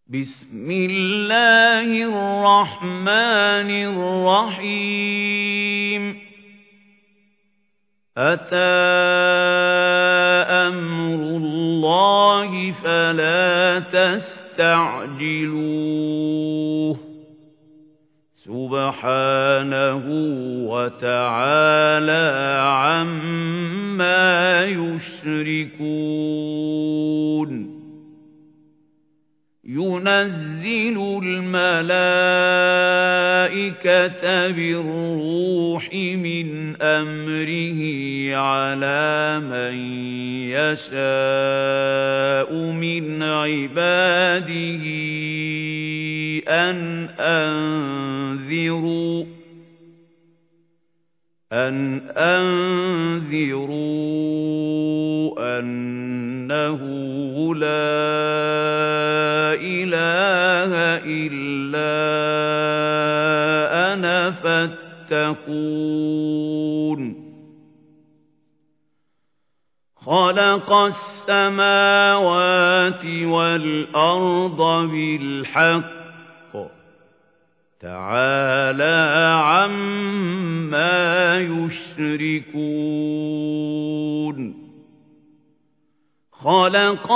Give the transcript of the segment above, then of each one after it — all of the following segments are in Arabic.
بسم الله الرحمن الرحيم أتى أمر الله فلا تستعجلوه سبحانه وتعالى عما يشركون ينزل الملائكة بالروح من أمره على من يشاء من عباده أن أنذروا أنه لا إله إلا أنا فاتقون خلق السماوات والأرض بالحق تعالى عما يشركون خلق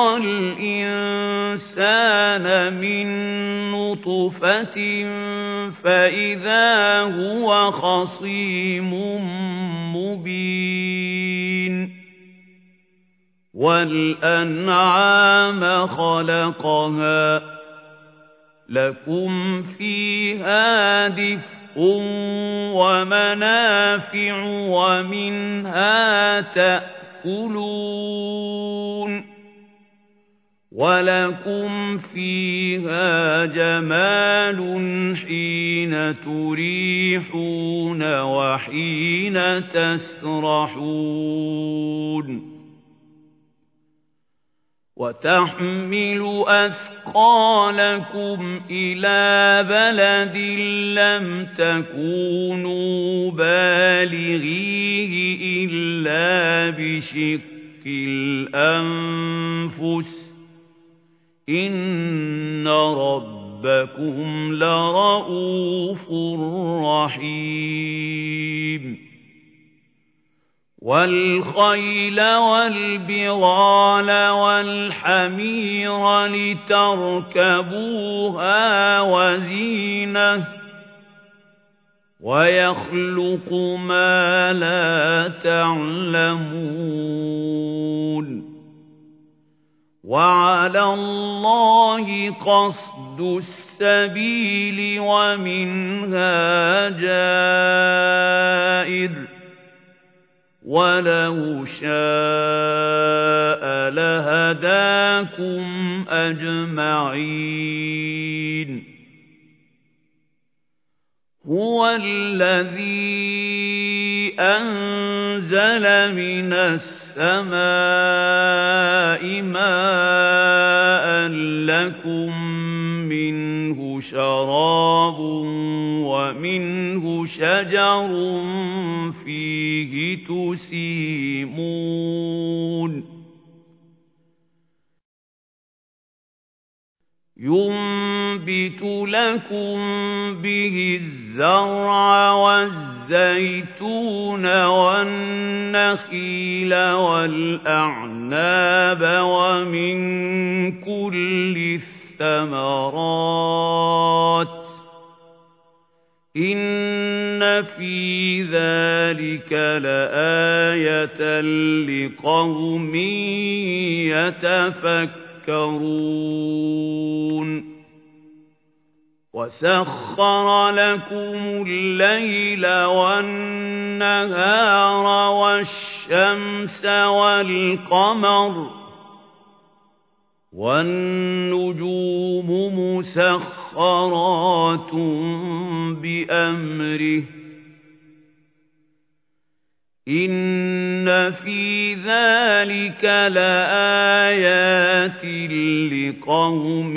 الإنسان من نطفة فإذا هو خصيم مبين والأنعام خلقها لكم فيها دفء ومنافع ومنها تأكلون ولكم فيها جمال حين تريحون وحين تسرحون وتحمل أثقالكم إلى بلد لم تكونوا بالغيه إلا بشق الأنفس إن ربكم لرؤوف رحيم والخيل والبغال والحمير لتركبوها وزينة ويخلق ما لا تعلمون وعلى الله قصد السبيل ومنها جائر ولو شاء لهداكم أجمعين هو الذي أنزل من السماء ماء لكم منه شراب ومنه شجر فيه تسيمون ينبت لكم به الزرع والزيتون والنخيل والأعناب ومن كل الثمرات إن في ذلك لآية لقوم يتفكرون وسخر لكم الليل والنهار والشمس والقمر والنجوم مسخرات بأمره إن في ذلك لآيات لقوم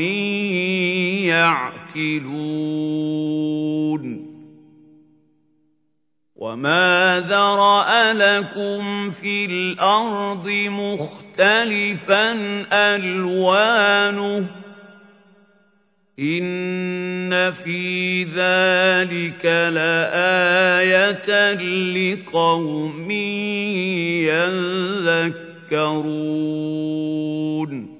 يعقلون وما ذرأ لكم في الأرض مختلفا ألوانه إِنَّ فِي ذَلِكَ لَآيَةً لِقَوْمٍ يَذَّكَّرُونَ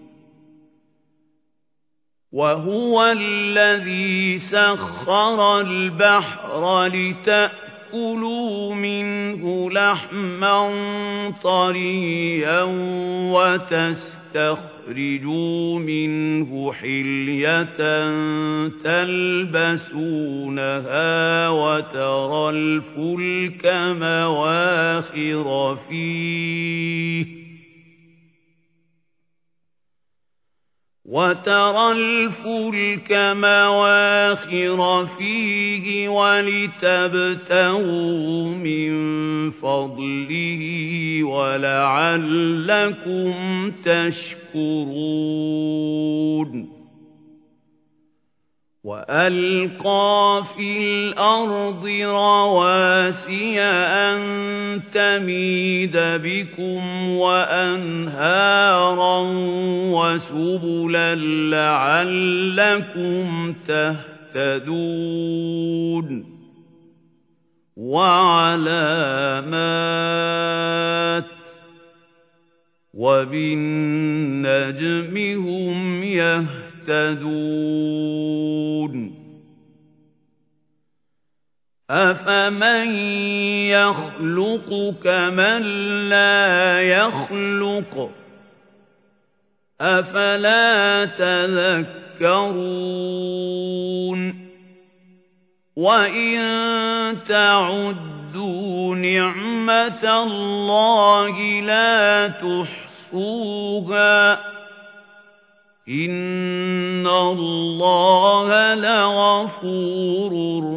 وَهُوَ الَّذِي سَخَّرَ الْبَحْرَ لِتَأْكُلُوا مِنْهُ لَحْمًا طَرِيًّا وَتَسْتَخْرِجُوا مِنْهُ حِلْيَةً تَلْبَسُونَهَا وَتَرَى الْفُلْكَ مَوَاخِرَ فِيهِ وَلِتَبْتَغُوا مِنْ فَضْلِهِ وَلَعَلَّكُمْ تَشْكُرُونَ وَأَلْقَى فِي الْأَرْضِ رَوَاسِيَ أَن تَمِيدَ بِكُمْ وَأَنْهَارًا وَسُبُلًا لَّعَلَّكُمْ تَهْتَدُونَ وَعَلَامَاتٍ ۚ وَبِالنَّجْمِ هُمْ يَهْتَدُونَ أَفَمَن يَخْلُقُ كَمَن لَّا يَخْلُقُ ۗ أَفَلَا تَذَكَّرُونَ وَإِن تَعُدُّوا نِعْمَةَ اللَّهِ لَا تُحْصُوهَا ۗ إِنَّ اللَّهَ لَغَفُورٌ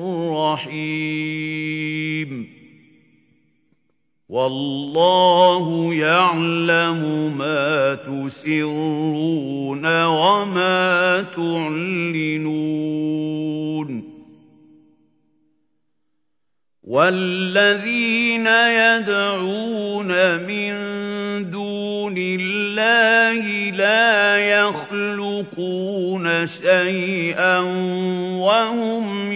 رَّحِيمٌ وَاللَّهُ يَعْلَمُ مَا تُسِرُّونَ وَمَا تُعْلِنُونَ وَالَّذِينَ يَدْعُونَ مِن دُونِ اللَّهِ لَا يَخْلُقُونَ شَيْئًا وَهُمْ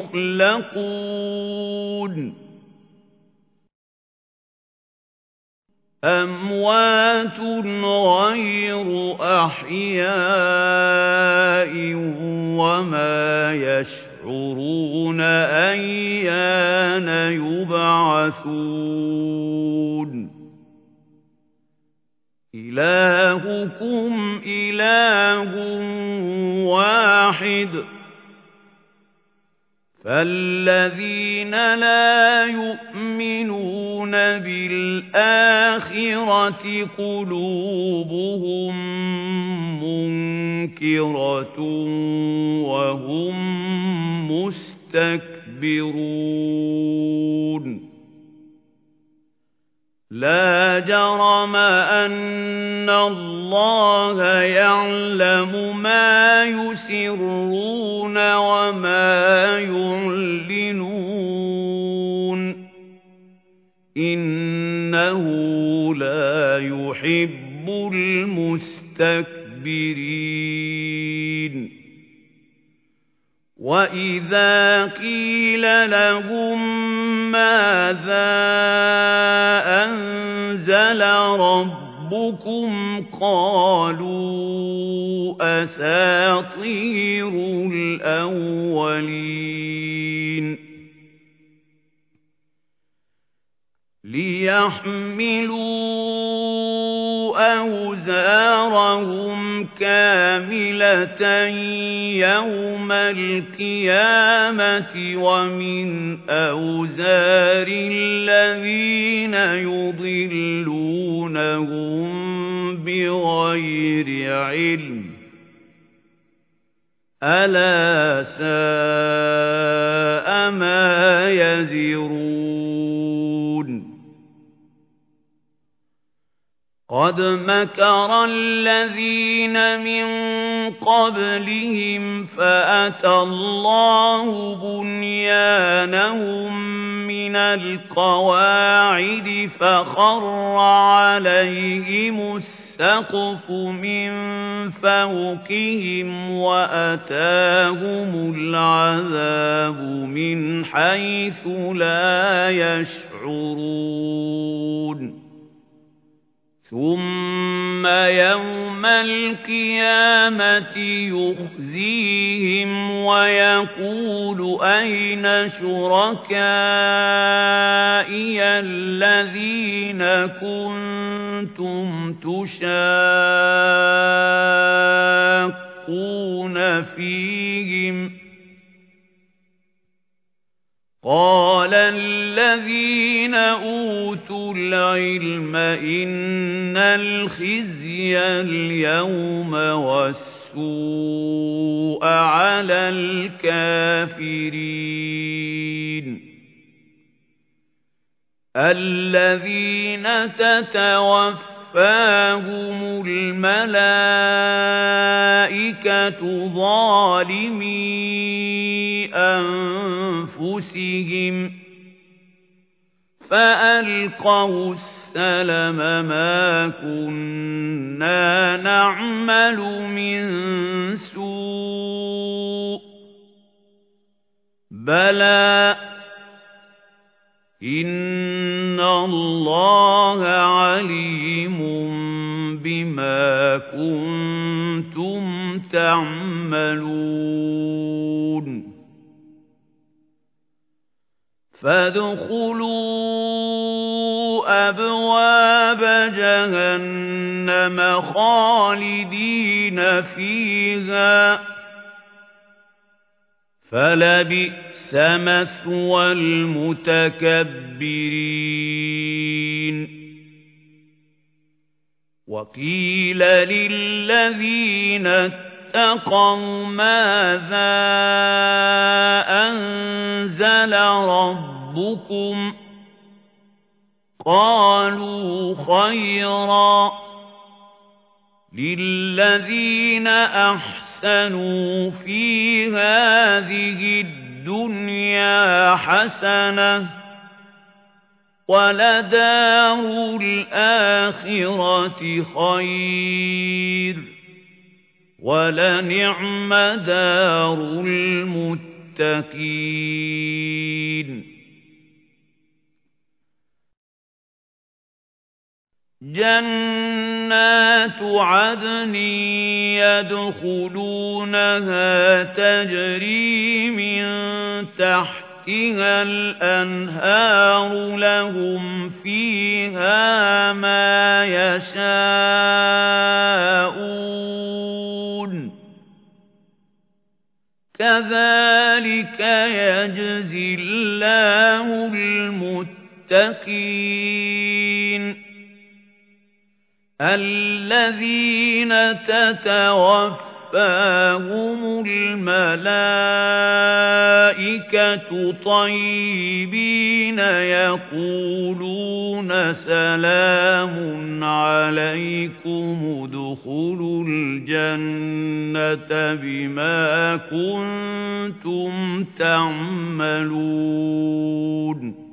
يُخْلَقُونَ أَمْوَاتٌ غَيْرُ أَحْيَاءٍ وَمَا يَشْعُرُونَ أَيَّانَ يُبْعَثُونَ إِلَٰهُكُمْ إِلَٰهٌ وَاحِدٌ فَالَّذِينَ لَا يُؤْمِنُونَ بِالْآخِرَةِ قُلُوبُهُم مُّنكِرَةٌ وَهُم مُّسْتَكْبِرُونَ لَا جَرَمَ أَنَّ اللَّهَ يَعْلَمُ مَا يُسِرُّونَ وَمَا يُعْلِنُونَ إِنَّهُ لَا يُحِبُّ الْمُسْتَكْبِرِينَ وَإِذَا قِيلَ لَهُم مَّاذَا أَنزَلَ رَبُّكُمْ قَالُوا أَسَاطِيرُ الْأَوَّلِينَ لِيَحْمِلُوا أَوْزَارَهُمْ كَامِلَةً يَوْمَ الْقِيَامَةِ وَمِنْ أَوْزَارِ الَّذِينَ يُضِلُّونَهُم بِغَيْرِ عِلْمٍ ۗ أَلَا سَاءَ مَا يَزِرُونَ قَدْ مَكَرَ الَّذِينَ مِن قَبْلِهِمْ فَأَتَى اللَّهُ بُنْيَانَهُم مِّنَ الْقَوَاعِدِ فَخَرَّ عَلَيْهِمُ السَّقْفُ مِن فَوْقِهِمْ وَأَتَاهُمُ الْعَذَابُ مِنْ حَيْثُ لَا يَشْعُرُونَ ثُمَّ يَوْمَ الْقِيَامَةِ يُخْزِيهِمْ وَيَقُولُ أَيْنَ شُرَكَائِيَ الَّذِينَ كُنتُمْ تُشَاقُّونَ فِيهِمْ ۚ قَالَ الَّذِينَ أُوتُوا الْعِلْمَ إِنَّ الْخِزْيَ الْيَوْمَ وَالسُّوءَ عَلَى الْكَافِرِينَ الَّذِينَ تَتَوَفَّاهُمُ الْمَلَائِكَةُ ظَالِمِي أَنفُسِهِمْ فَأَلْقَوْا السَّلَمَ مَا كُنَّا نَعْمَلُ مِن سُوءٍ بَلَىٰ إِنَّ اللَّهَ عَلِيمٌ بِمَا كُنتُمْ تَعْمَلُونَ فَادْخُلُوا أَبْوَابَ جَهَنَّمَ خَالِدِينَ فِيهَا فَلَبِئْسَ مَثْوَى الْمُتَكَبِّرِينَ وَقِيلَ لِلَّذِينَ اتَّقَوْا مَاذَا أَنزَلَ رَبُّكُمْ قَالُوا خَيْرًا لِلَّذِينَ أَحْسَنُوا فِي هَٰذِهِ الدُّنْيَا حَسَنَةٌ وَلَدَارُ الْآخِرَةِ خَيْرٌ وَلَنِعْمَ دَارُ الْمُتَّقِينَ جَنَّاتُ عَدْنٍ يَدْخُلُونَهَا تَجْرِي مِن تَحْتِهَا الْأَنْهَارُ لَهُمْ فِيهَا مَا يَشَاءُونَ كَذَلِكَ يَجْزِي اللَّهُ الْمُتَّقِينَ الَّذِينَ تَتَوَفَّاهُمُ الْمَلَائِكَةُ طَيِّبِينَ يَقُولُونَ سَلَامٌ عَلَيْكُمُ ادْخُلُوا الْجَنَّةَ بِمَا كُنتُمْ تَعْمَلُونَ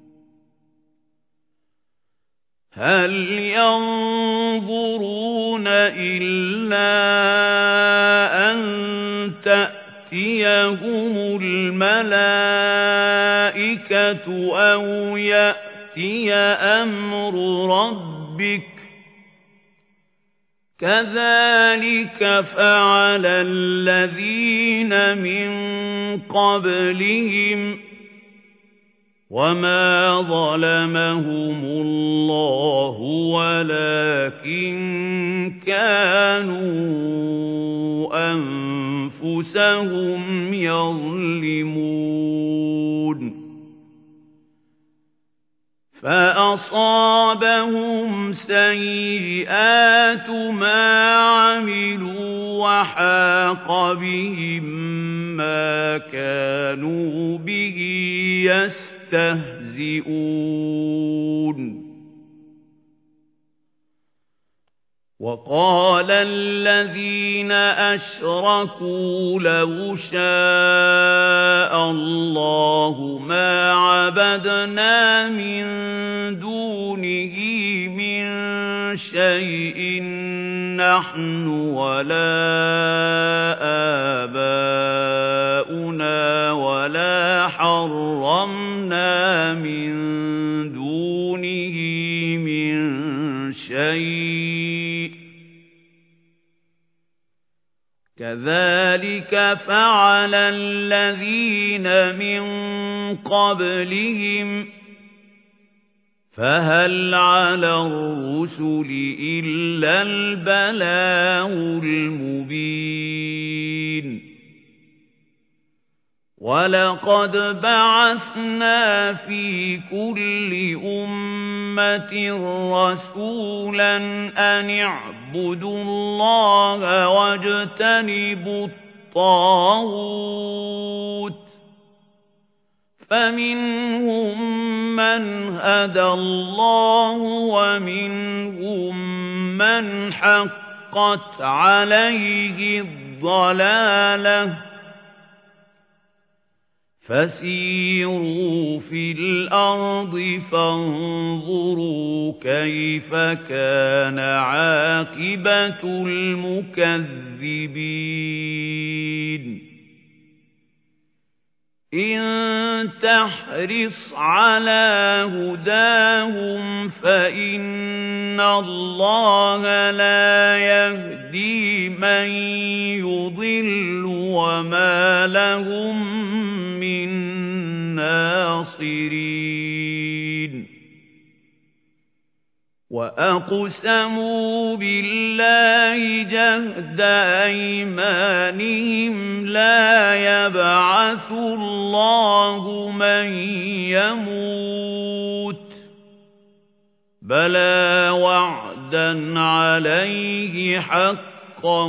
هَلْ يَنظُرُونَ إِلَّا أَن تَأْتِيَهُمُ الْمَلَائِكَةُ أَوْ يَأْتِيَ أَمْرُ رَبِّكَ ۚ كَذَلِكَ فَعَلَ الَّذِينَ مِن قَبْلِهِمْ ۚ وَمَا ظَلَمَهُمُ اللَّهُ وَلَٰكِن كَانُوا أَنفُسَهُمْ يَظْلِمُونَ فَأَصَابَهُمْ سَيِّئَاتُ مَا عَمِلُوا وَحَاقَ بِهِم مَّا كَانُوا بِهِ يَسْتَهْزِئُونَ وَقَالَ الَّذِينَ أَشْرَكُوا لَوْ شَاءَ اللَّهُ مَا عَبَدْنَا مِن دُونِهِ مِن شيء نحن ولا آباؤنا ولا حرمنا من دونه من شيء كذلك فعل الذين من قبلهم فهل على الرسل إلا البلاغ المبين ولقد بعثنا في كل أمة رسولا أن اعبدوا الله واجتنبوا الطاغوت فمنهم من هدى الله ومنهم من حقت عليه الضلالة فسيروا في الأرض فانظروا كيف كان عاقبة المكذبين إن تحرص على هداهم فإن الله لا يهدي من يضل وما لهم من ناصرين وأقسموا بالله جهد أيمانهم لا يبعث الله من يموت بلى وعدا عليه حقا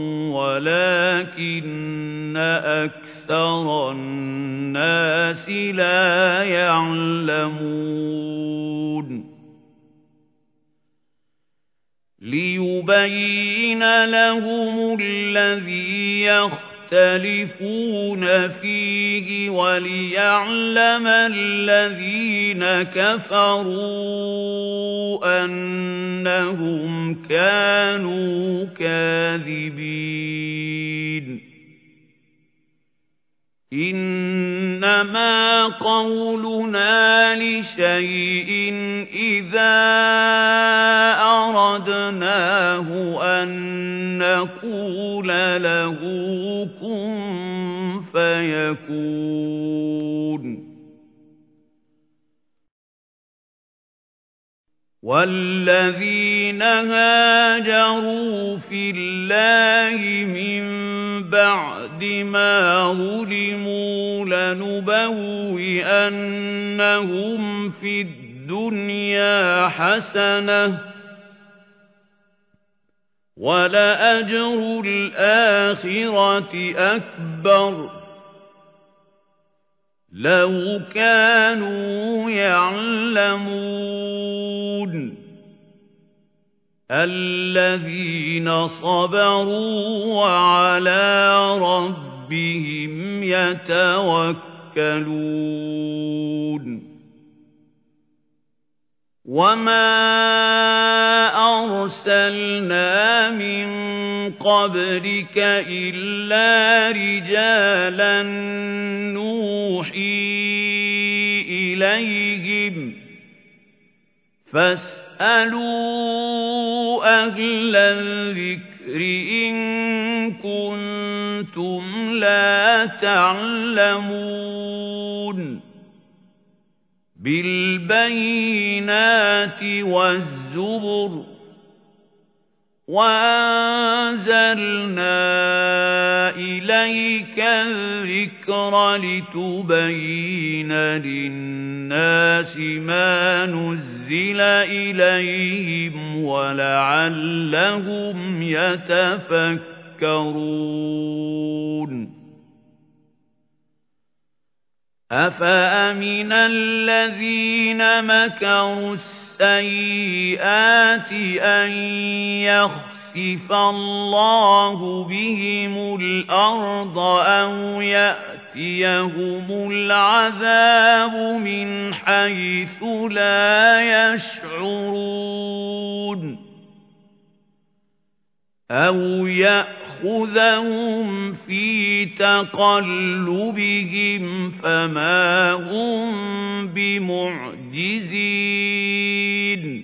ولكن أكثر الناس لا يعلمون ليبين لهم الذي يختلفون فيه وليعلم الذين كفروا أنهم كانوا كاذبين إنما قولنا لشيء إذا أردناه أن نقول له كن فيكون والذين هاجروا في الله من بعد ما ظلموا لنبوئنهم في الدنيا حسنة ولأجر الآخرة أكبر لو كانوا يعلمون الذين صبروا وعلى ربهم يتوكلون وما أرسلنا من قبلك إلا رجالا نوحي إليهم فاسألوا أهل الذكر إن كنتم لا تعلمون بالبينات والزبر وأنزلنا إليك الذكر لتبين للناس ما نزل إليهم ولعلهم يتفكرون أفأمن الذين مكروا السيئات أن يخسف الله بهم الأرض أو يأتيهم العذاب من حيث لا يشعرون أَوْ يَأْخُذَهُمْ فِي تَقَلُّبِهِمْ فَمَا هُمْ بِمُعْجِزِينَ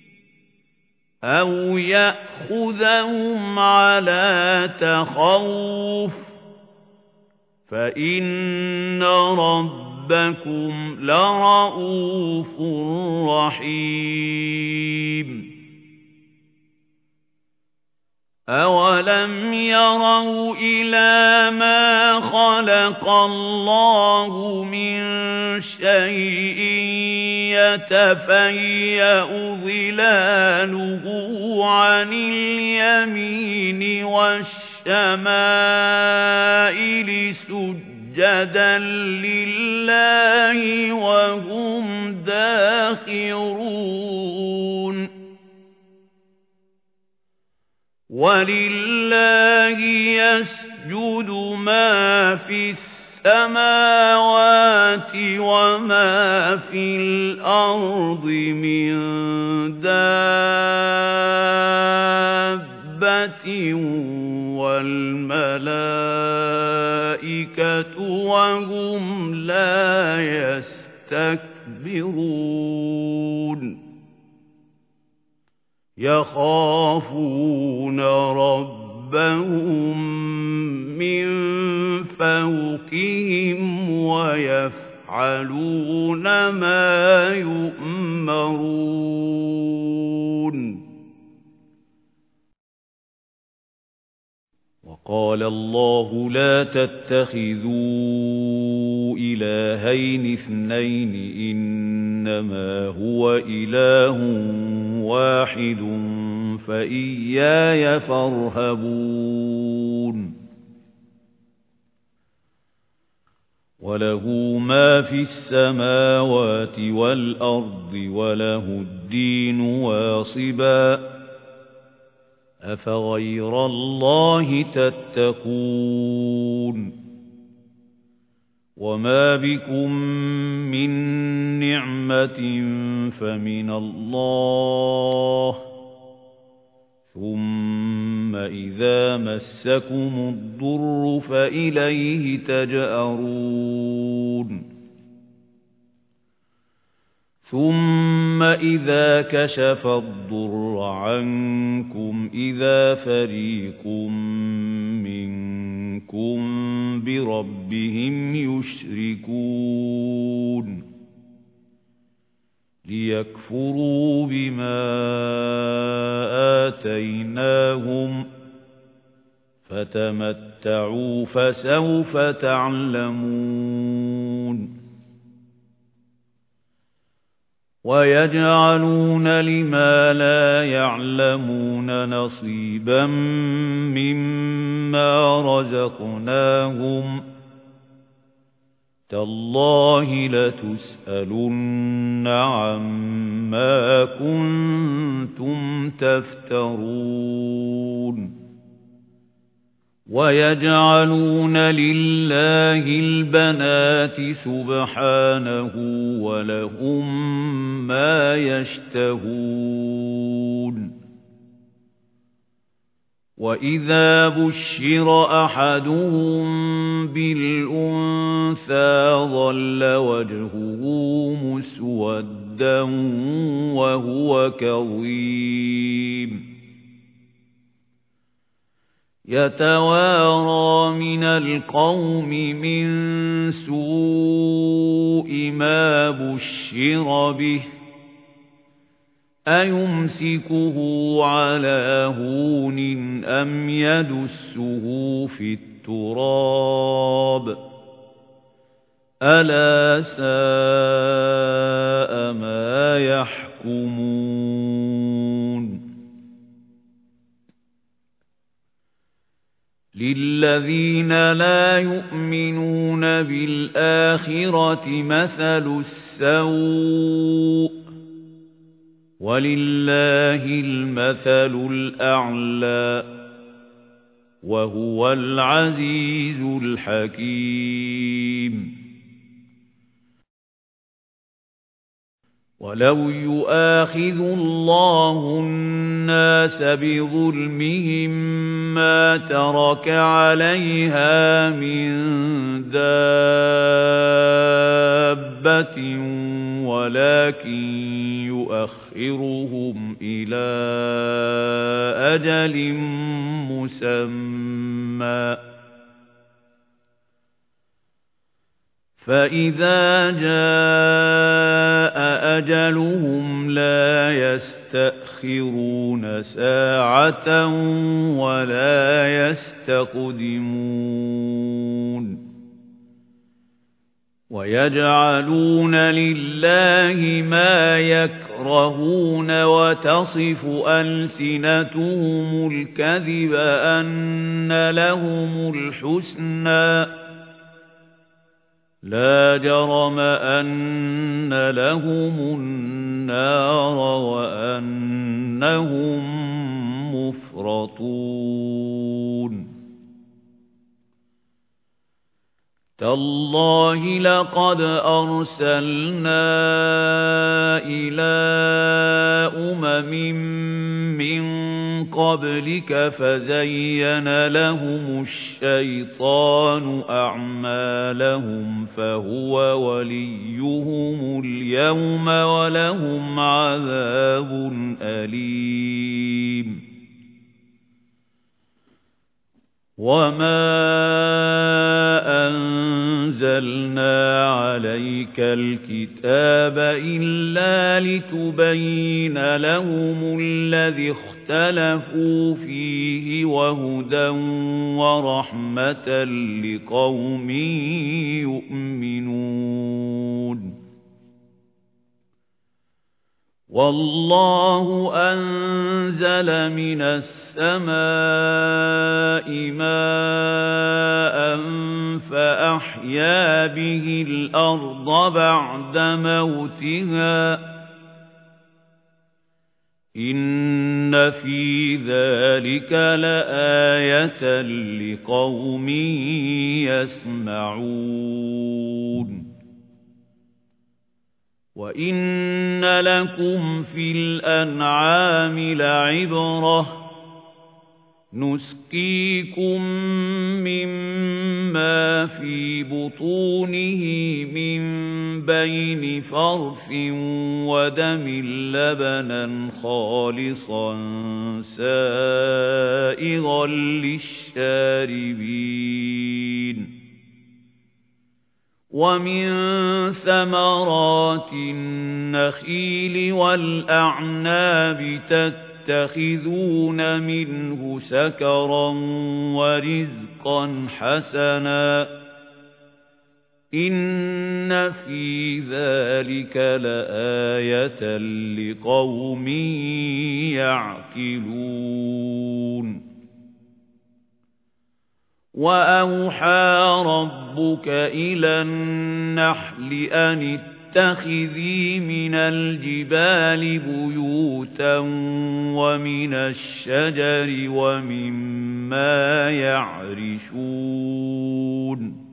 أَوْ يَأْخُذَهُمْ عَلَى تَخَوُّفٍ فَإِنَّ رَبَّكُمْ لَرَءُوفٌ رَحِيمٌ أَوَلَمْ يَرَوْا إِلَى مَا خَلَقَ اللَّهُ مِنْ شَيْءٍ يَتَفَيَّأُ ظِلَالُهُ عَنِ الْيَمِينِ وَالشَّمَائِلِ سُجَّدًا لِلَّهِ وَهُمْ دَاخِرُونَ وَلِلَّهِ يَسْجُدُ مَا فِي السَّمَاوَاتِ وَمَا فِي الْأَرْضِ مِن دَابَّةٍ وَالْمَلَائِكَةُ وَهُمْ لَا يَسْتَكْبِرُونَ يَخَافُونَ رَبَّهُم مِّن فَوْقِهِمْ وَيَفْعَلُونَ مَا يُؤْمَرُونَ وَقَالَ اللَّهُ لَا تَتَّخِذُوا إِلَٰهَيْنِ اثْنَيْنِ إِنَّمَا هُوَ إِلَٰهٌ وَاحِدٌ فَإِيَّايَ فَارْهَبُونِ وَلَهُ مَا فِي السَّمَاوَاتِ وَالْأَرْضِ وَلَهُ الدِّينُ وَاصِبًا أَفَغَيْرَ اللَّهِ تَتَّقُونَ وَمَا بِكُم مِّن نِّعْمَةٍ فَمِنَ اللَّهِ ثُمَّ إِذَا مَسَّكُمُ الضُّرُّ فَإِلَيْهِ تَجْأَرُونَ ثُمَّ إِذَا كَشَفَ الضُّرَّ عَنكُمْ إِذَا فَرِيقٌ مِّنكُم بِرَبِّهِمْ يُشْرِكُونَ لِيَكْفُرُوا بِمَا آتَيْنَاهُمْ فَتَمَتَّعُوا فَسَوْفَ تَعْلَمُونَ وَيَجْعَلُونَ لِمَا لَا يَعْلَمُونَ نَصِيبًا مِّمَّا رَزَقْنَاهُمْ تَاللَّهِ لَتُسْأَلُنَّ عَمَّا كُنتُمْ تَفْتَرُونَ وَيَجْعَلُونَ لِلَّهِ الْبَنَاتِ سُبْحَانَهُ وَلَهُم مَّا يَشْتَهُونَ وَإِذَا بُشِّرَ أَحَدُهُم بِالْأُنثَىٰ ظَلَّ وَجْهُهُ مُسْوَدًّا وَهُوَ كَظِيمٌ يَتَوَارَىٰ مِنَ الْقَوْمِ مِن سُوءِ مَا بُشِّرَ بِهِ أَيُمْسِكُهُ عَلَىٰ هُونٍ أَمْ يَدُسُّهُ فِي التُّرَابِ أَلَا سَاءَ مَا يَحْكُمُونَ لِلَّذِينَ لَا يُؤْمِنُونَ بِالْآخِرَةِ مَثَلُ السَّوْءِ وَلِلَّهِ الْمَثَلُ الْأَعْلَى وَهُوَ الْعَزِيزُ الْحَكِيمُ وَلَوْ يُؤَاخِذُ اللَّهُ النَّاسَ بِظُلْمِهِم مَّا تَرَكَ عَلَيْهَا مِن دَابَّةٍ وَلَكِن يُؤَخِّرُهُمْ إِلَىٰ أَجَلٍ مُّسَمًّى فَإِذَا جَاءَ أَجَلُهُمْ لَا يَسْتَأْخِرُونَ سَاعَةً وَلَا يَسْتَقْدِمُونَ وَيَجْعَلُونَ لِلَّهِ مَا يَكْرَهُونَ وَتَصِفُ أَلْسِنَتُهُمُ الْكَذِبَ أَنَّ لَهُمُ الْحُسْنَىٰ لَا جَرَمَ أَنَّ لَهُمُ النَّارَ وَأَنَّهُم مُّفْرَطُونَ تَاللَّهِ لَقَدْ أَرْسَلْنَا إِلَىٰ مِن قَبْلِكَ فَزَيَّنَ لَهُمُ الشَّيْطَانُ أَعْمَالَهُمْ فَهُوَ وَلِيُّهُمُ الْيَوْمَ وَلَهُمْ عَذَابٌ أَلِيمٌ وَمَا أَنزَلْنَا عَلَيْكَ الْكِتَابَ إِلَّا لِتُبَيِّنَ لَهُمُ الَّذِي اخْتَلَفُوا فِيهِ وَهُدًى وَرَحْمَةً لِقَوْمٍ يُؤْمِنُونَ وَاللَّهُ أَنزَلَ مِنَ السَّمَاءِ مَاءً فَأَحْيَا بِهِ الْأَرْضَ بَعْدَ مَوْتِهَا إِنَّ فِي ذَلِكَ لَآيَةً لِقَوْمٍ يَسْمَعُونَ وَإِنَّ لَكُمْ فِي الْأَنْعَامِ لَعِبْرَةً نُسْقِيكُم مِّمَّا فِي بُطُونِهِ مِن بَيْنِ فَرْثٍ وَدَمٍ لَّبَنًا خَالِصًا سَائِغًا لِّلشَّارِبِينَ وَمِن ثَمَرَاتِ النَّخِيلِ وَالْأَعْنَابِ تَتَّخِذُونَ مِنْهُ سَكَرًا وَرِزْقًا حَسَنًا إِنَّ فِي ذَلِكَ لَآيَةً لِقَوْمٍ يَعْقِلُونَ وَأَوْحَىٰ رَبُّكَ إِلَى النَّحْلِ أَنِ اتَّخِذِي مِنَ الْجِبَالِ بُيُوتًا وَمِنَ الشَّجَرِ وَمِمَّا يَعْرِشُونَ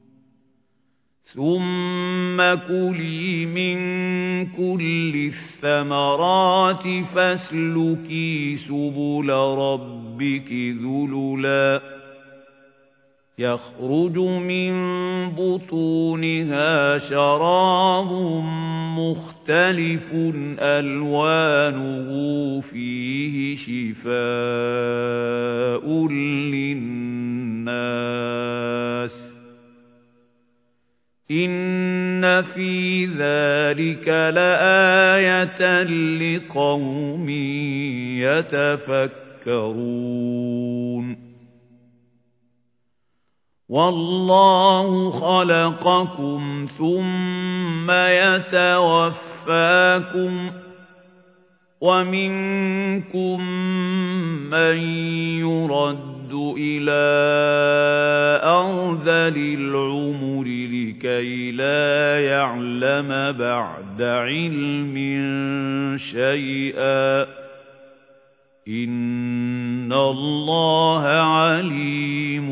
ثُمَّ كُلِي مِن كُلِّ الثَّمَرَاتِ فَاسْلُكِي سُبُلَ رَبِّكِ ذُلُلًا يَخْرُجُ مِن بُطُونِهَا شَرَابٌ مُّخْتَلِفٌ أَلْوَانُهُ فِيهِ شِفَاءٌ لِّلنَّاسِ إِنَّ فِي ذَلِكَ لَآيَةً لِقَوْمٍ يَتَفَكَّرُونَ وَاللَّهُ خَلَقَكُمْ ثُمَّ يَتَوَفَّاكُمْ وَمِنكُم مَّن يُرَدُّ إِلَىٰ أَرْذَلِ الْعُمُرِ لِكَيْ لَا يَعْلَمَ بَعْدَ عِلْمٍ شَيْئًا إِنَّ اللَّهَ عَلِيمٌ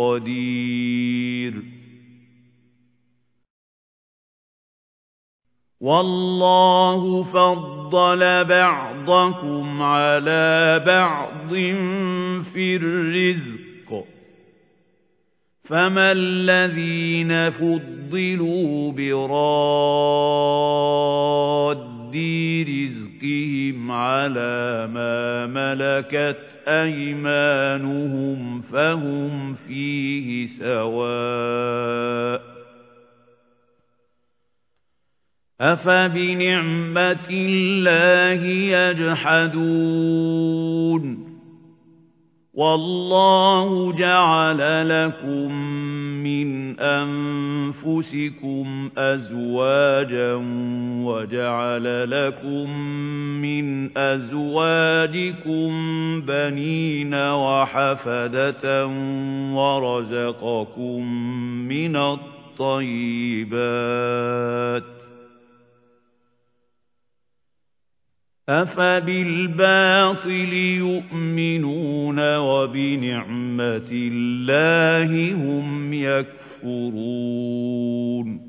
قَدِيرٌ وَاللَّهُ فَضَّلَ بَعْضَكُمْ عَلَى بَعْضٍ فِي الرِّزْقِ فَمَا الَّذِينَ فُضِّلُوا بِرَادِّي رِزْقِهِمْ عَلَى مَا مَلَكَتْ أَيْمَانُهُمْ فَهُمْ فِيهِ سَوَاءٌ أَفَبِنِعْمَةِ اللَّهِ يَجْحَدُونَ وَاللَّهُ جَعَلَ لَكُم مِّنْ أَنفُسِكُمْ أَزْوَاجًا وَجَعَلَ لَكُم مِّنْ أَزْوَاجِكُم بَنِينَ وَحَفَدَةً وَرَزَقَكُم مِّنَ الطَّيِّبَاتِ أَفَبِالْبَاطِلِ يُؤْمِنُونَ وَبِنِعْمَةِ اللَّهِ هُمْ يَكْفُرُونَ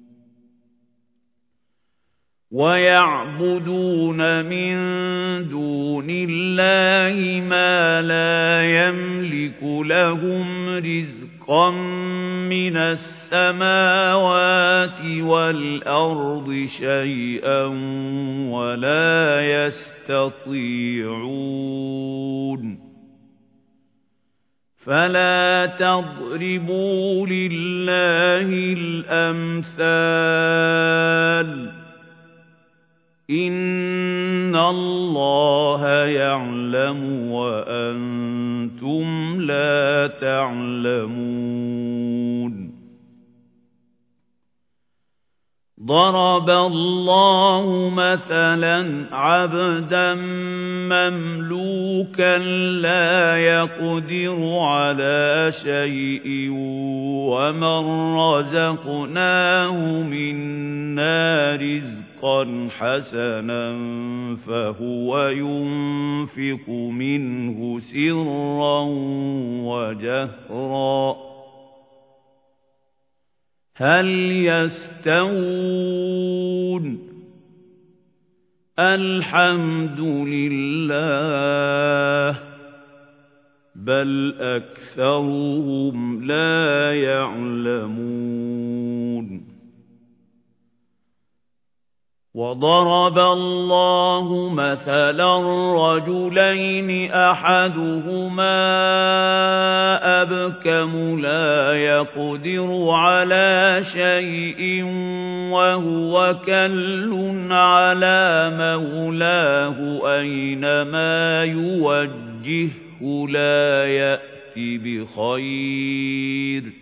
وَيَعْبُدُونَ مِن دُونِ اللَّهِ مَا لَا يَمْلِكُ لَهُمْ رِزْقًا مِّنَ السَّمَاوَاتِ وَالْأَرْضِ شَيْئًا وَلَا يَسْتَطِيعُونَ فَلَا تَضْرِبُوا لِلَّهِ الْأَمْثَالَ إِنَّ اللَّهَ يَعْلَمُ وَأَنْتُمْ لَا تَعْلَمُونَ ضَرَبَ اللَّهُ مَثَلًا عَبْدًا مَّمْلُوكًا لَّا يَقْدِرُ عَلَىٰ شَيْءٍ وَمَن رَّزَقْنَاهُ مِنَّا رِزْقًا حَسَنًا فَهُوَ يُنفِقُ مِنْهُ سِرًّا وَجَهْرًا هَلْ يَسْتَوُونَ الْحَمْدُ لِلَّهِ بَلْ أَكْثَرُهُمْ لَا يَعْلَمُونَ وَضَرَبَ اللَّهُ مَثَلًا رَّجُلَيْنِ أَحَدُهُمَا أَبْكَمُ لَا يَقْدِرُ عَلَىٰ شَيْءٍ وَهُوَ كَلٌّ عَلَىٰ مَوْلَاهُ أَيْنَمَا يُوَجِّههُّ لَا يَأْتِ بِخَيْرٍ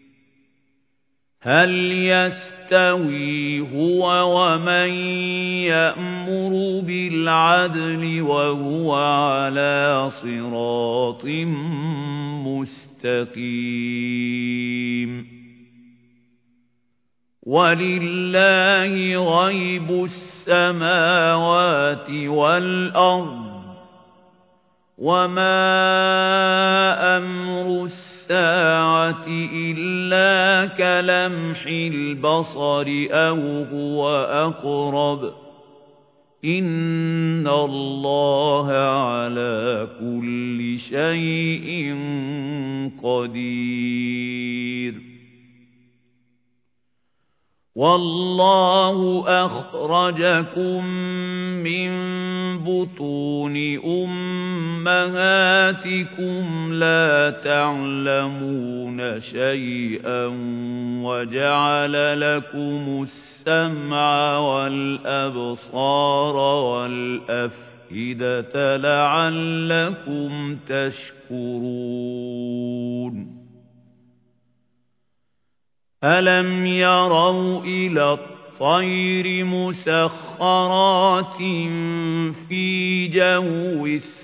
هَلْ يَسْتَوِي هُوَ وَمَن يَأْمُرُ بِالْعَدْلِ وَهُوَ عَلَىٰ صِرَاطٍ مُّسْتَقِيمٍ وَلِلَّهِ غَيْبُ السَّمَاوَاتِ وَالْأَرْضِ وَمَا أَمْرُ السَّاعَةِ إِلَّا كَلَمْحِ الْبَصَرِ أَوْ هُوَ أَقْرَبُ إِنَّ اللَّهَ عَلَى كُلِّ شَيْءٍ قَدِيرٌ وَاللَّهُ أَخْرَجَكُم مِّن بُطُونِ أُمَّهَاتِكُمْ لَا تَعْلَمُونَ شَيْئًا وَجَعَلَ لَكُمُ السَّمْعَ وَالْأَبْصَارَ وَالْأَفْئِدَةَ لَعَلَّكُمْ تَشْكُرُونَ أَلَمْ يَرَوْا إِلَى الطَّيْرِ مُسَخَّرَاتٍ فِي جَوِّ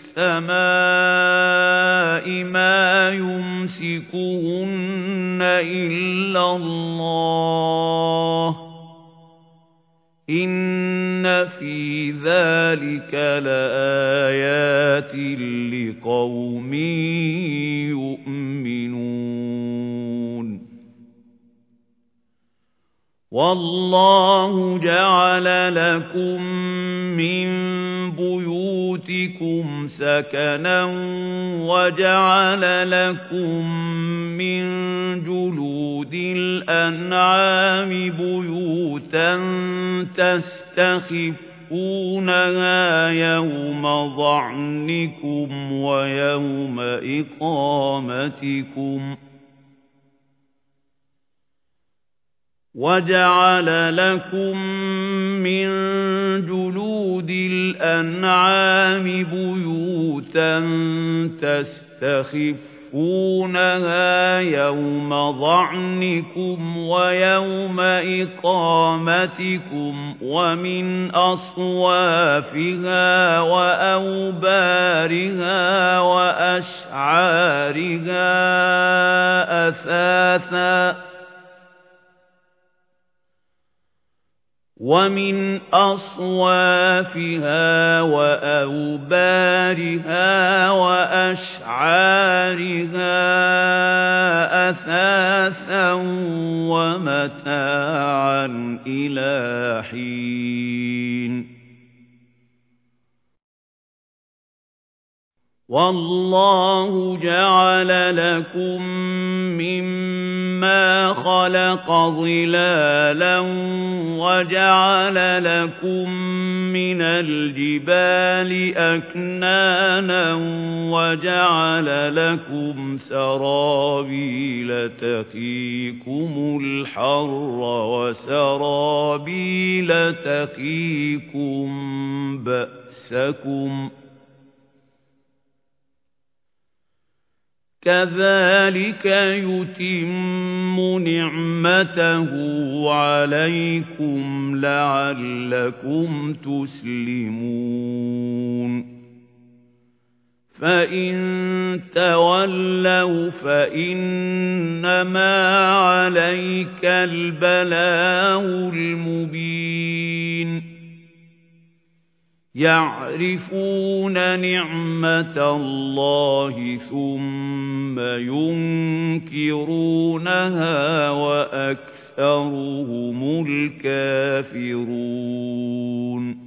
السَّمَاءِ مَا يُمْسِكُهُنَّ إِلَّا اللَّهُ إِنَّ فِي ذَلِكَ لَآيَاتٍ لِقَوْمٍ يُؤْمِنُونَ وَاللَّهُ جَعَلَ لَكُم مِّن بُيُوتِكُمْ سَكَنًا وَجَعَلَ لَكُم مِّن جُلُودِ الْأَنْعَامِ بُيُوتًا تَسْتَخِفُّونَهَا يَوْمَ ظَعْنِكُمْ وَيَوْمَ إِقَامَتِكُمْ ۖ وَجَعَلَ لَكُم مِّن جُلُودِ الْأَنْعَامِ بُيُوتًا تَسْتَخِفُّونَهَا يَوْمَ ظَعْنِكُمْ وَيَوْمَ إِقَامَتِكُمْ ۖ وَمِنْ أَصْوَافِهَا وَأَوْبَارِهَا وَأَشْعَارِهَا أَثَاثًا وَمَتَاعًا إِلَىٰ حِينٍ وَاللَّهُ جَعَلَ لَكُم مِّمَّا خَلَقَ ظِلَالًا وَجَعَلَ لَكُم مِّنَ الْجِبَالِ أَكْنَانًا وَجَعَلَ لَكُمْ سَرَابِيلَ تَقِيكُمُ الْحَرَّ وَسَرَابِيلَ تَقِيكُم بَأْسَكُمْ ۚ كَذَٰلِكَ يُتِمُّ نِعْمَتَهُ عَلَيْكُمْ لَعَلَّكُمْ تُسْلِمُونَ فَإِن تَوَلَّوْا فَإِنَّمَا عَلَيْكَ الْبَلَاغُ الْمُبِينُ يَعْرِفُونَ نِعْمَةَ اللَّهِ ثُمَّ يُنكِرُونَهَا وَأَكْثَرُهُمُ الْكَافِرُونَ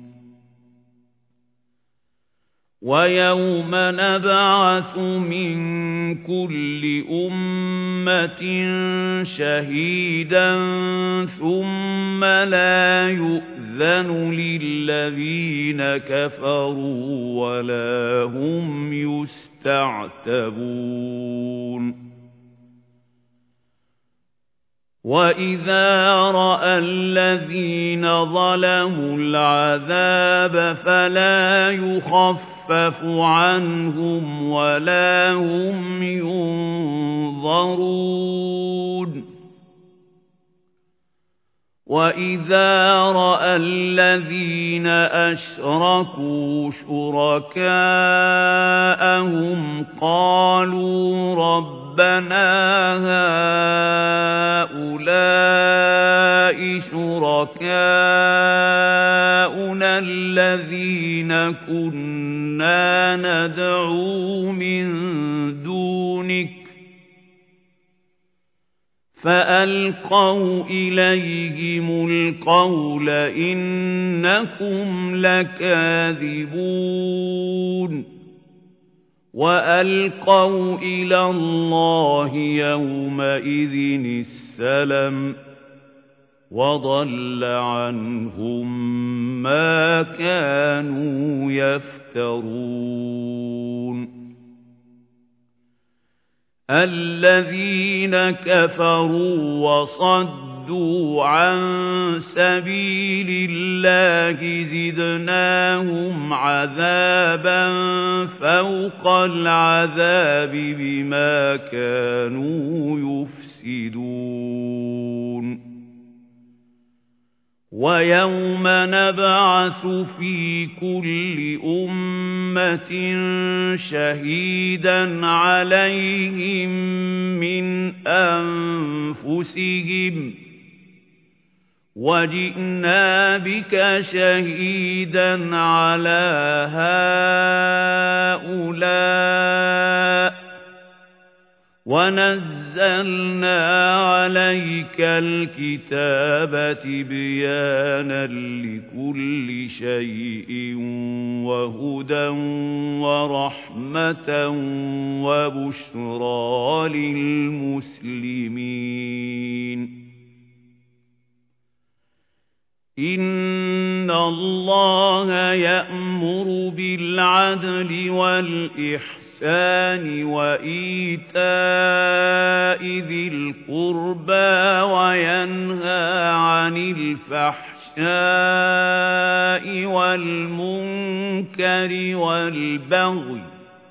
وَيَوْمَ نَبْعَثُ مِن كُلِّ أُمَّةٍ شَهِيدًا ثُمَّ لَا يُؤْذَنُ لِلَّذِينَ كَفَرُوا وَلَا هُمْ يُسْتَعْتَبُونَ وَإِذَا رَأَى الَّذِينَ ظَلَمُوا الْعَذَابَ فَلَا يُخَفَّفُ عَنْهُمْ وَلَا هُمْ يُنظَرُونَ وَإِذَا رَأَى الَّذِينَ أَشْرَكُوا شُرَكَاءَهُمْ قَالُوا رَبَّنَا هَٰؤُلَاءِ شُرَكَاؤُنَا الَّذِينَ كُنَّا نَدْعُو مِن دُونِكَ فَأَلْقَوْا إِلَيْهِمُ الْقَوْلَ إِنَّكُمْ لَكَاذِبُونَ وَأَلْقَوْا إِلَى اللَّهِ يَوْمَئِذٍ السَّلَمَ وَضَلَّ عَنْهُم مَّا كَانُوا يَفْتَرُونَ الَّذِينَ كَفَرُوا وَصَدُّوا عَن سَبِيلِ اللَّهِ زِدْنَاهُمْ عَذَابًا فَوْقَ الْعَذَابِ بِمَا كَانُوا يُفْسِدُونَ وَيَوْمَ نَبْعَثُ فِي كُلِّ أُمَّةٍ شَهِيدًا عَلَيْهِمْ مِنْ أَنفُسِهِمْ وَجِئْنَا بِكَ شَهِيدًا عَلَى هَؤُلَاءِ وَنَزَّلْنَا عَلَيْكَ الْكِتَابَ تِبْيَانًا لِكُلِّ شَيْءٍ وَهُدًى وَرَحْمَةً وَبُشْرَى لِلْمُسْلِمِينَ إِنَّ اللَّهَ يَأْمُرُ بِالْعَدْلِ وَالْإِحْسَانِ وَإِيتَاءِ ذِي الْقُرْبَى وَيَنْهَى عَنِ الْفَحْشَاءِ وَالْمُنكَرِ وَالْبَغْيِ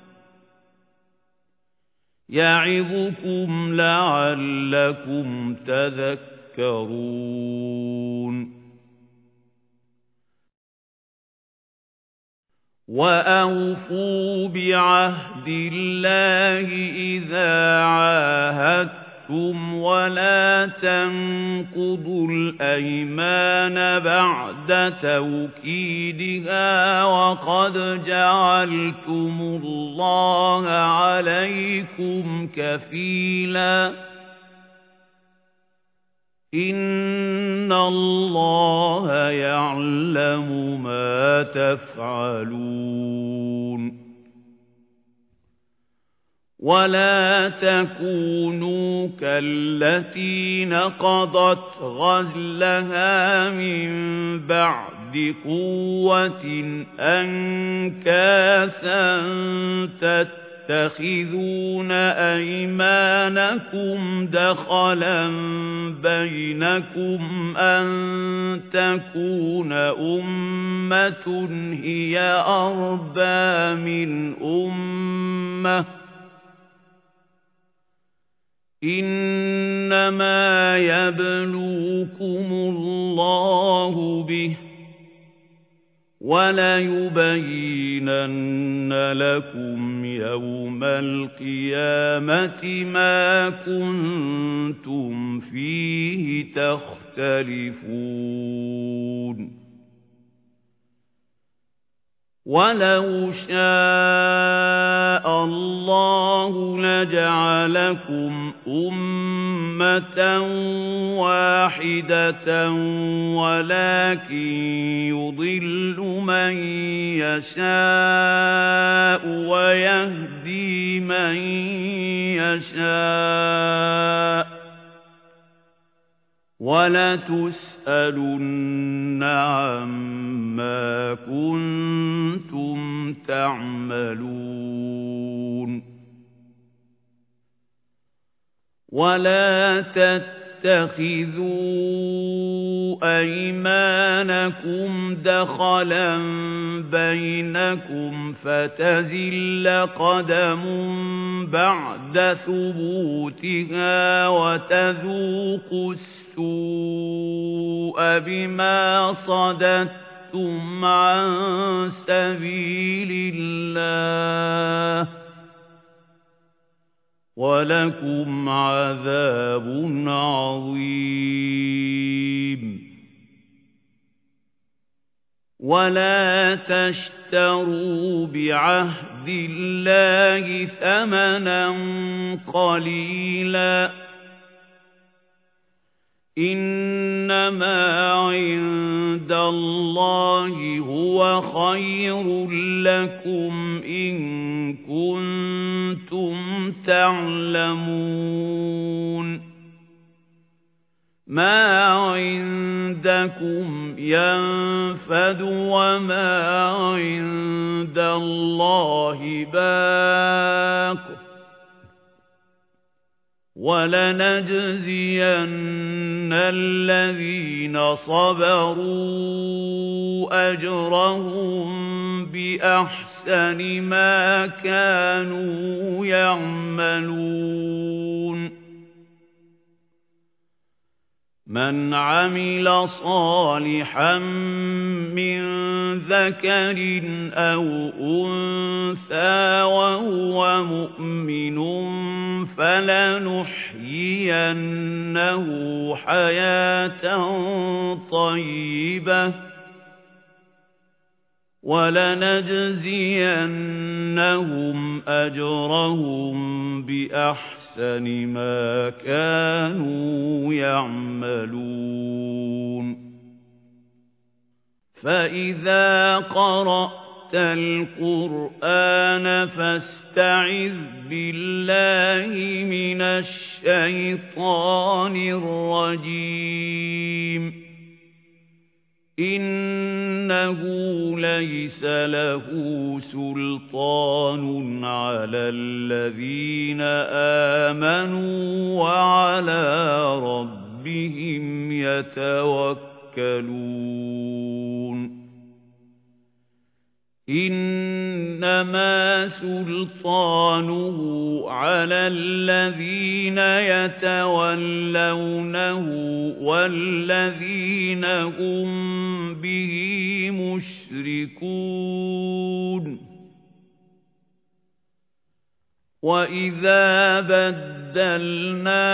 يَعِظُكُمْ لَعَلَّكُمْ تَذَكَّرُونَ وَأَوْفُوا بِعَهْدِ اللَّهِ إِذَا عَاهَدتُّمْ وَلَا تَنقُضُوا الْأَيْمَانَ بَعْدَ تَوْكِيدِهَا وَقَدْ جَعَلْتُمُ اللَّهَ عَلَيْكُمْ كَفِيلًا إِنَّ اللَّهَ يَعْلَمُ مَا تَفْعَلُونَ وَلَا تَكُونُوا كَالَّتِي نَقَضَتْ غَزْلَهَا مِنْ بَعْدِ قُوَّةٍ أَنْكَاثًا تَتَّخِذُونَ أَيْمَانَكُمْ دَخَلًا بَيْنَكُمْ أَن تَكُونَ أُمَّةٌ هِيَ أَرْبَى مِنْ أُمَّةٍ إِنَّمَا يَبْلُوكُمُ اللَّهُ بِهِ وَلَيُبَيِّنَنَّ لَكُمْ يَوْمَ الْقِيَامَةِ مَا كُنتُمْ فِيهِ تَخْتَلِفُونَ وَلَوْ شَاءَ اللَّهُ لَجَعَلَكُمْ أُمَّةً وَاحِدَةً وَلَكِن يُضِلُّ مَن يَشَاءُ وَيَهْدِي مَن يَشَاءُ وَلَتُسْأَلُنَّ عَمَّا كُنتُمْ تَعْمَلُونَ وَلَا تَتَّخِذُوا أَيْمَانَكُمْ دَخَلًا بَيْنَكُمْ فَتَزِلَّ قَدَمٌ بَعْدَ ثُبُوتِهَا وَتَذُوقُوا السُّوءَ بِمَا صَدَدتُّمْ عَن سَبِيلِ اللَّهِ وَلَكُمْ عَذَابٌ عَظِيمٌ وَلَا تَشْتَرُوا بِعَهْدِ اللَّهِ ثَمَنًا قَلِيلًا إِنَّمَا عِندَ اللَّهِ هُوَ خَيْرٌ لَكُمْ إِن كُنتُمْ تَعْلَمُونَ مَا عِندَكُمْ يَنفَدُ وَمَا عِندَ اللَّهِ بَاقٍ وَلَنَجْزِيَنَّ الَّذِينَ صَبَرُوا أَجْرَهُم بِأَحْسَنِ مَا كَانُوا يَعْمَلُونَ مَنْ عَمِلَ صَالِحًا مِنْ ذَكَرٍ أَوْ أُنثَىٰ وَهُوَ مُؤْمِنٌ فَلَنُحْيِيَنَّهُ حَيَاةً طَيِّبَةً وَلَنَجْزِيَنَّهُمْ أَجْرَهُم بِأَحْسَنِ بِأَحْسَنِ مَا كَانُوا يَعْمَلُونَ فَإِذَا قَرَأْتَ الْقُرْآنَ فَاسْتَعِذْ بِاللَّهِ مِنَ الشَّيْطَانِ الرَّجِيمِ إِنَّهُ لَيْسَ لَهُ سُلْطَانٌ عَلَى الَّذِينَ آمَنُوا وَعَلَى رَبِّهِمْ يَتَوَكَّلُونَ إِنَّمَا سُلْطَانُهُ عَلَى الَّذِينَ يَتَوَلَّوْنَهُ وَالَّذِينَ هُمْ بِهِ مُشْرِكُونَ وَإِذَا بَدَّلْنَا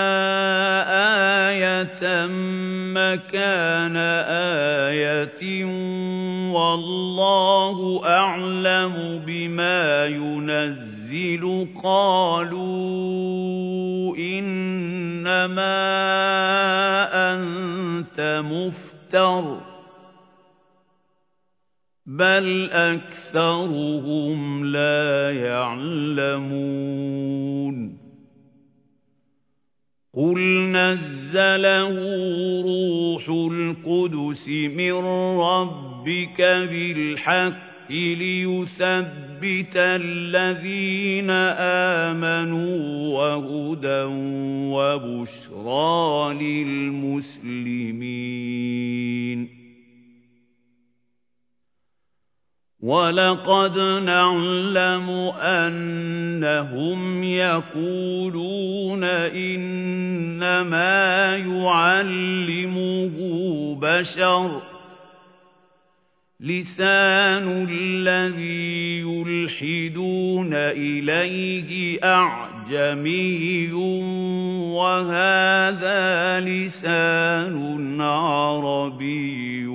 آيَةً مَكَانَ آيَةٍ وَاللَّهُ أَعْلَمُ بِمَا يُنَزِّلُ قَالُوا إِنَّمَا أَنتَ مُفْتَرٍ بَلْ أَكْثَرُهُمْ لَا يَعْلَمُونَ قُلْ نَزَّلَهُ رُوحُ الْقُدُسِ مِنْ رَبِّكَ بِالْحَقِّ لِيُثَبِّتَ الَّذِينَ آمَنُوا وَهُدًى وَبُشْرَى لِلْمُسْلِمِينَ وَلَقَدْ نَعْلَمُ أَنَّهُمْ يَقُولُونَ إِنَّمَا يُعَلِّمُهُ بَشَرٌ لِسَانُ الَّذِي يُلْحِدُونَ إِلَيْهِ أَعْجَمِيٌّ وَهَذَا لِسَانٌ عَرَبِيٌّ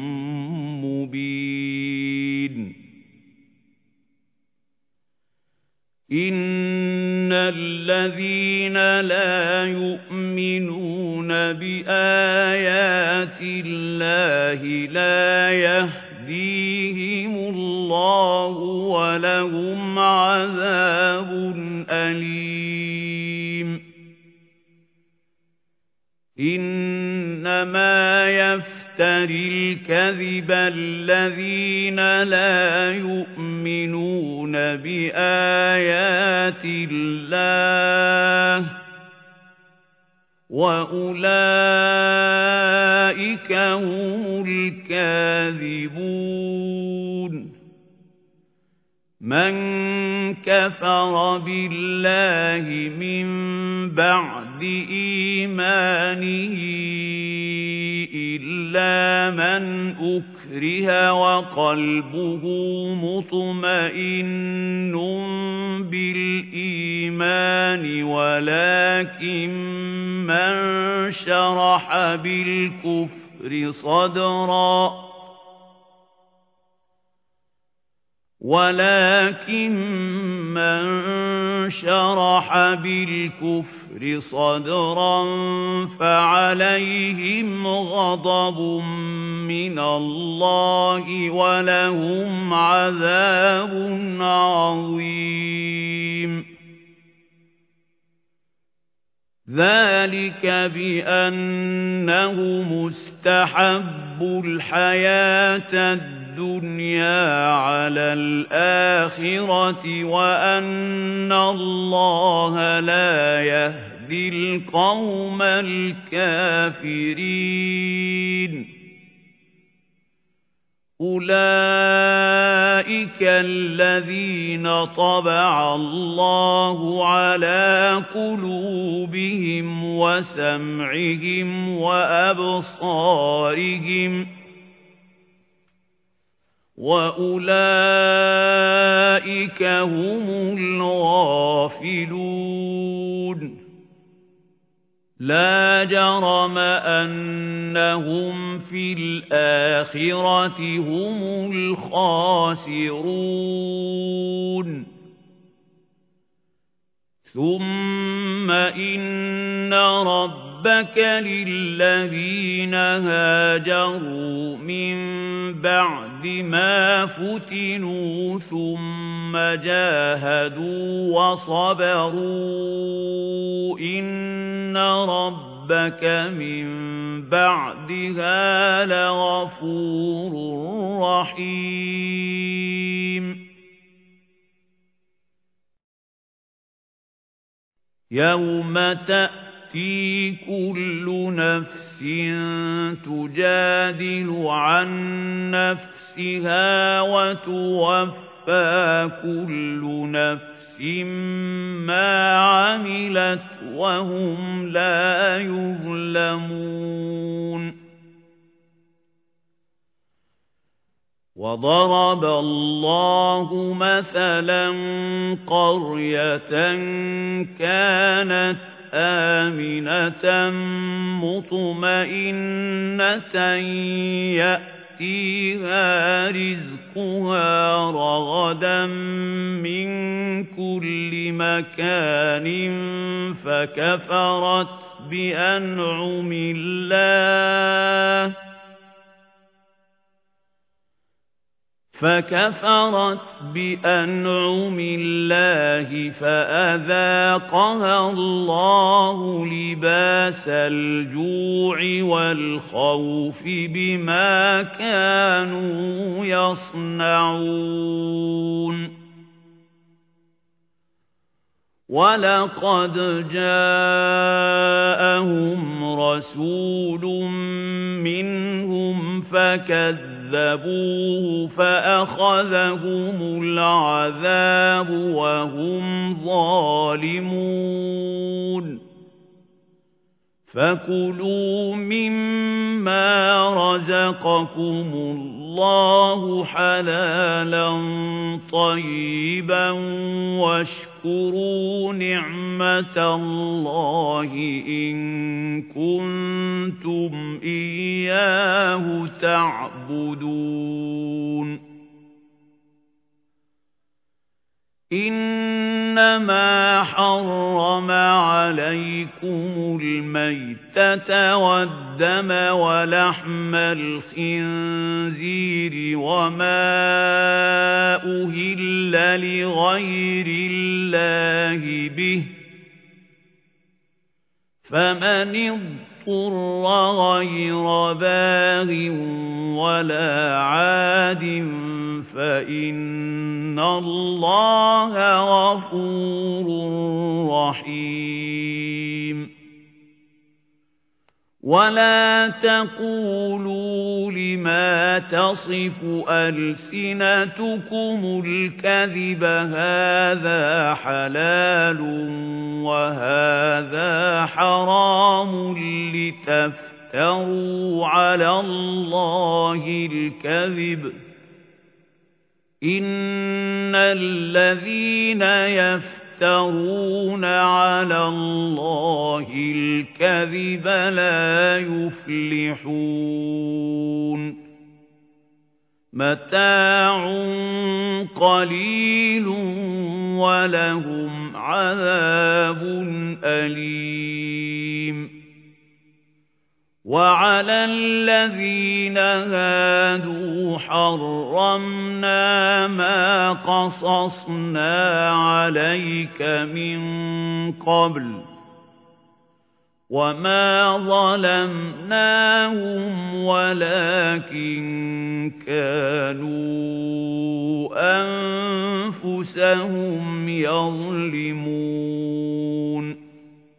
مُبِينٌ إِنَّ الَّذِينَ لَا يُؤْمِنُونَ بِآيَاتِ اللَّهِ لَا يَهْدِيهِمُ اللَّهُ وَلَهُمْ عَذَابٌ أَلِيمٌ إِنَّمَا يَفْتَرِي الْكَذِبَ الَّذِينَ لَا يُؤْمِنُونَ بِآيَاتِ اللَّهِ وَأُولَئِكَ هُمُ الْكَاذِبُونَ مَنْ كَفَرَ بِاللَّهِ مِنْ بَعْدِ إِيمَانِهِ إِلَّا مَنْ أُكْرِهَ وَقَلْبُهُ مُطْمَئِنٌّ بِالْإِيمَانِ ولكن من شرح بالكفر صدرا فعليهم غضب من الله ولهم عذاب عظيم ذلك بأنه مستحب الحياة الدنيا على الآخرة وأن الله لا يهدي القوم الكافرين أولئك الذين طبع الله على قلوبهم وسمعهم وأبصارهم وأولئك هم الغافلون لا جرم أنهم في الآخرة هم الخاسرون ثُمَّ إِنَّ رَبَّكَ لِلَّذِينَ هَاجَرُوا مِن بَعْدِ مَا فُتِنُوا ثُمَّ جَاهَدُوا وَصَبَرُوا إِنَّ رَبَّكَ مِن بَعْدِهَا لَغَفُورٌ رَّحِيمٌ يَوْمَ تَأْتِي كُلُّ نَفْسٍ تُجَادِلُ عَن نَّفْسِهَا وَتُوَفَّىٰ كُلُّ نَفْسٍ مَّا عَمِلَتْ وَهُمْ لَا يُظْلَمُونَ وَضَرَبَ اللَّهُ مَثَلًا قَرْيَةً كَانَتْ آمِنَةً مُطْمَئِنَّةً يَأْتِيهَا رِزْقُهَا رَغَدًا مِّن كُلِّ مَكَانٍ فكفرت بأنعم الله فأذاقها الله لباس الجوع والخوف بما كانوا يصنعون وَلَقَدْ جَاءَهُمْ رَسُولٌ مِّنْهُمْ فَكَذَّبُوهُ فَأَخَذَهُمُ الْعَذَابُ وَهُمْ ظَالِمُونَ فَكُلُوا مِمَّا رَزَقَكُمُ اللَّهُ حَلَالًا طَيِّبًا وَاشْكُرُوا نِعْمَةَ اللَّهِ إِن كُنتُمْ إِيَّاهُ تَعْبُدُونَ إِنَّمَا حَرَّمَ عَلَيْكُمُ الْمَيْتَةَ وَالدَّمَ وَلَحْمَ الْخِنزِيرِ وَمَا أُهِلَّ لِغَيْرِ اللَّهِ بِهِ فَمَنِ اضْطُرَّ غَيْرَ بَاغٍ وَلَا عَادٍ فَإِنَّ اللَّهَ غَفُورٌ رَّحِيمٌ وَلَا تَقُولُوا لِمَا تَصِفُ أَلْسِنَتُكُمُ الْكَذِبَ هَذَا حَلَالٌ وَهَذَا حَرَامٌ لِتَفْتَرُوا عَلَى اللَّهِ الْكَذِبَ إِنَّ الَّذِينَ يَفْتَرُونَ عَلَى اللَّهِ الْكَذِبَ لَا يُفْلِحُونَ مَتَاعٌ قَلِيلٌ وَلَهُمْ عَذَابٌ أَلِيمٌ وَعَلَى الَّذِينَ هَادُوا حَرَّمْنَا مَا قَصَصْنَا عَلَيْكَ مِن قَبْلُ وَمَا ظَلَمْنَاهُمْ وَلَكِن كَانُوا أَنفُسَهُمْ يَظْلِمُونَ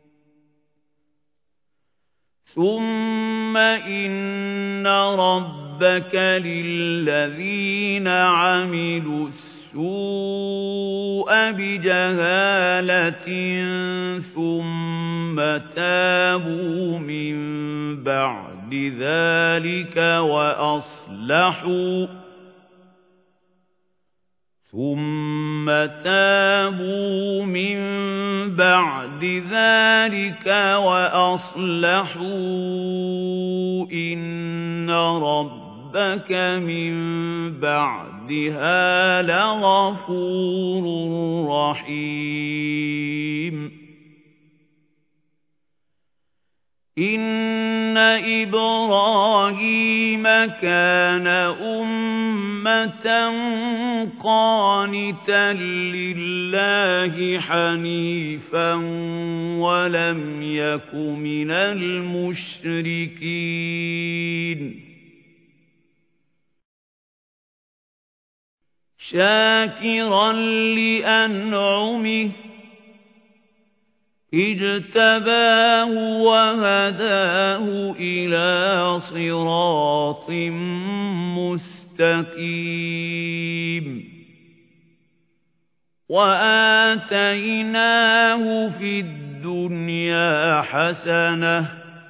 ثُمَّ إِنَّ رَبَّكَ لِلَّذِينَ عَمِلُوا السُّوءَ بِجَهَالَةٍ ثُمَّ تَابُوا مِن بَعْدِ ذَلِكَ وَأَصْلَحُوا إِنَّ رَبَّكَ مِن بَعْدِهَا لَغَفُورٌ رَّحِيمٌ إِنَّ إِبْرَاهِيمَ كَانَ أُمَّةً قَانِتًا لِّلَّهِ حَنِيفًا وَلَمْ يَكُ مِنَ الْمُشْرِكِينَ شَاكِرًا لِّأَنْعُمِهِ اجْتَبَاهُ وَهَدَاهُ إِلَىٰ صِرَاطٍ مُّسْتَقِيمٍ وَآتَيْنَاهُ فِي الدُّنْيَا حَسَنَةً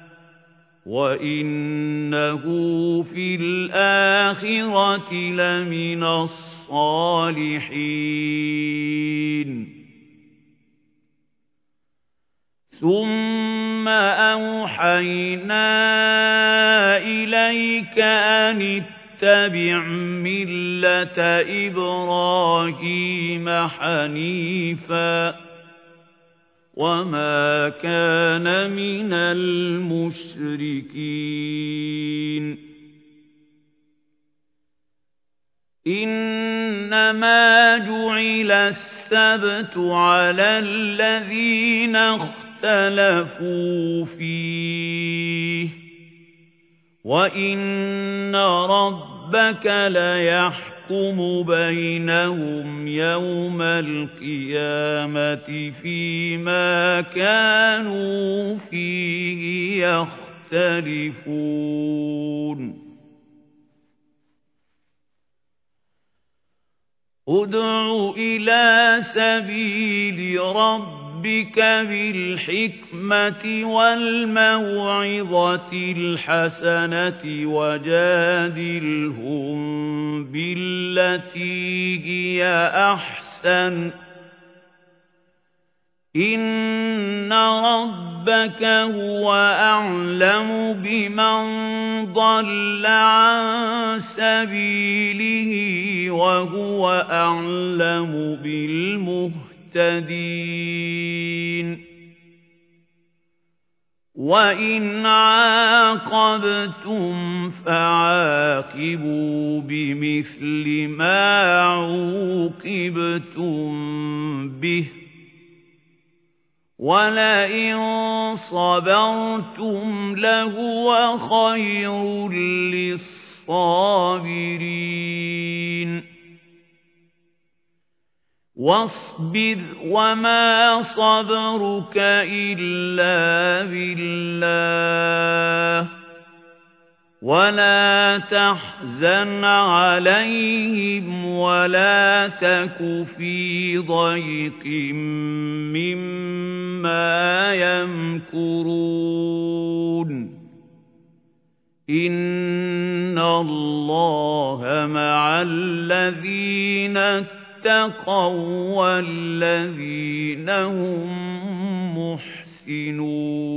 وَإِنَّهُ فِي الْآخِرَةِ لَمِنَ الصَّالِحِينَ ثُمَّ أَوْحَيْنَا إِلَيْكَ أَنِ اتَّبِعْ مِلَّةَ إِبْرَاهِيمَ حَنِيفًا وَمَا كَانَ مِنَ الْمُشْرِكِينَ إِنَّمَا جُعِلَ السَّبْتُ عَلَى الَّذِينَ اخْتَلَفُوا فِيهِ وَإِنَّ رَبَّكَ لَيَحْكُمُ بَيْنَهُمْ يَوْمَ الْقِيَامَةِ فِيمَا كَانُوا فِيهِ يَخْتَلِفُونَ ادْعُ إِلَىٰ سَبِيلِ رَبِّكَ بِالْحِكْمَةِ وَالْمَوْعِظَةِ الْحَسَنَةِ وَجَادِلْهُم بِالَّتِي هِيَ أَحْسَنُ ۚ إِنَّ رَبَّكَ هُوَ أَعْلَمُ بِمَن ضَلَّ عَن سَبِيلِهِ وَهُوَ أَعْلَمُ بِالْمُهْتَدِينَ وَإِنْ عَاقَبْتُمْ فَعَاقِبُوا بِمِثْلِ مَا عُوقِبْتُم بِهِ وَلَئِن صَبَرْتُمْ لَهُوَ خَيْرٌ لِّلصَّابِرِينَ وَاصْبِرْ وَمَا صَبْرُكَ إِلَّا بِاللَّهِ وَلَا تَحْزَنْ عَلَيْهِمْ وَلَا تَكُ فِي ضَيْقٍ مِّمَّا يَمْكُرُونَ إِنَّ اللَّهَ مَعَ الَّذِينَ اتَّقَوا وَّالَّذِينَ هُم مُّحْسِنُونَ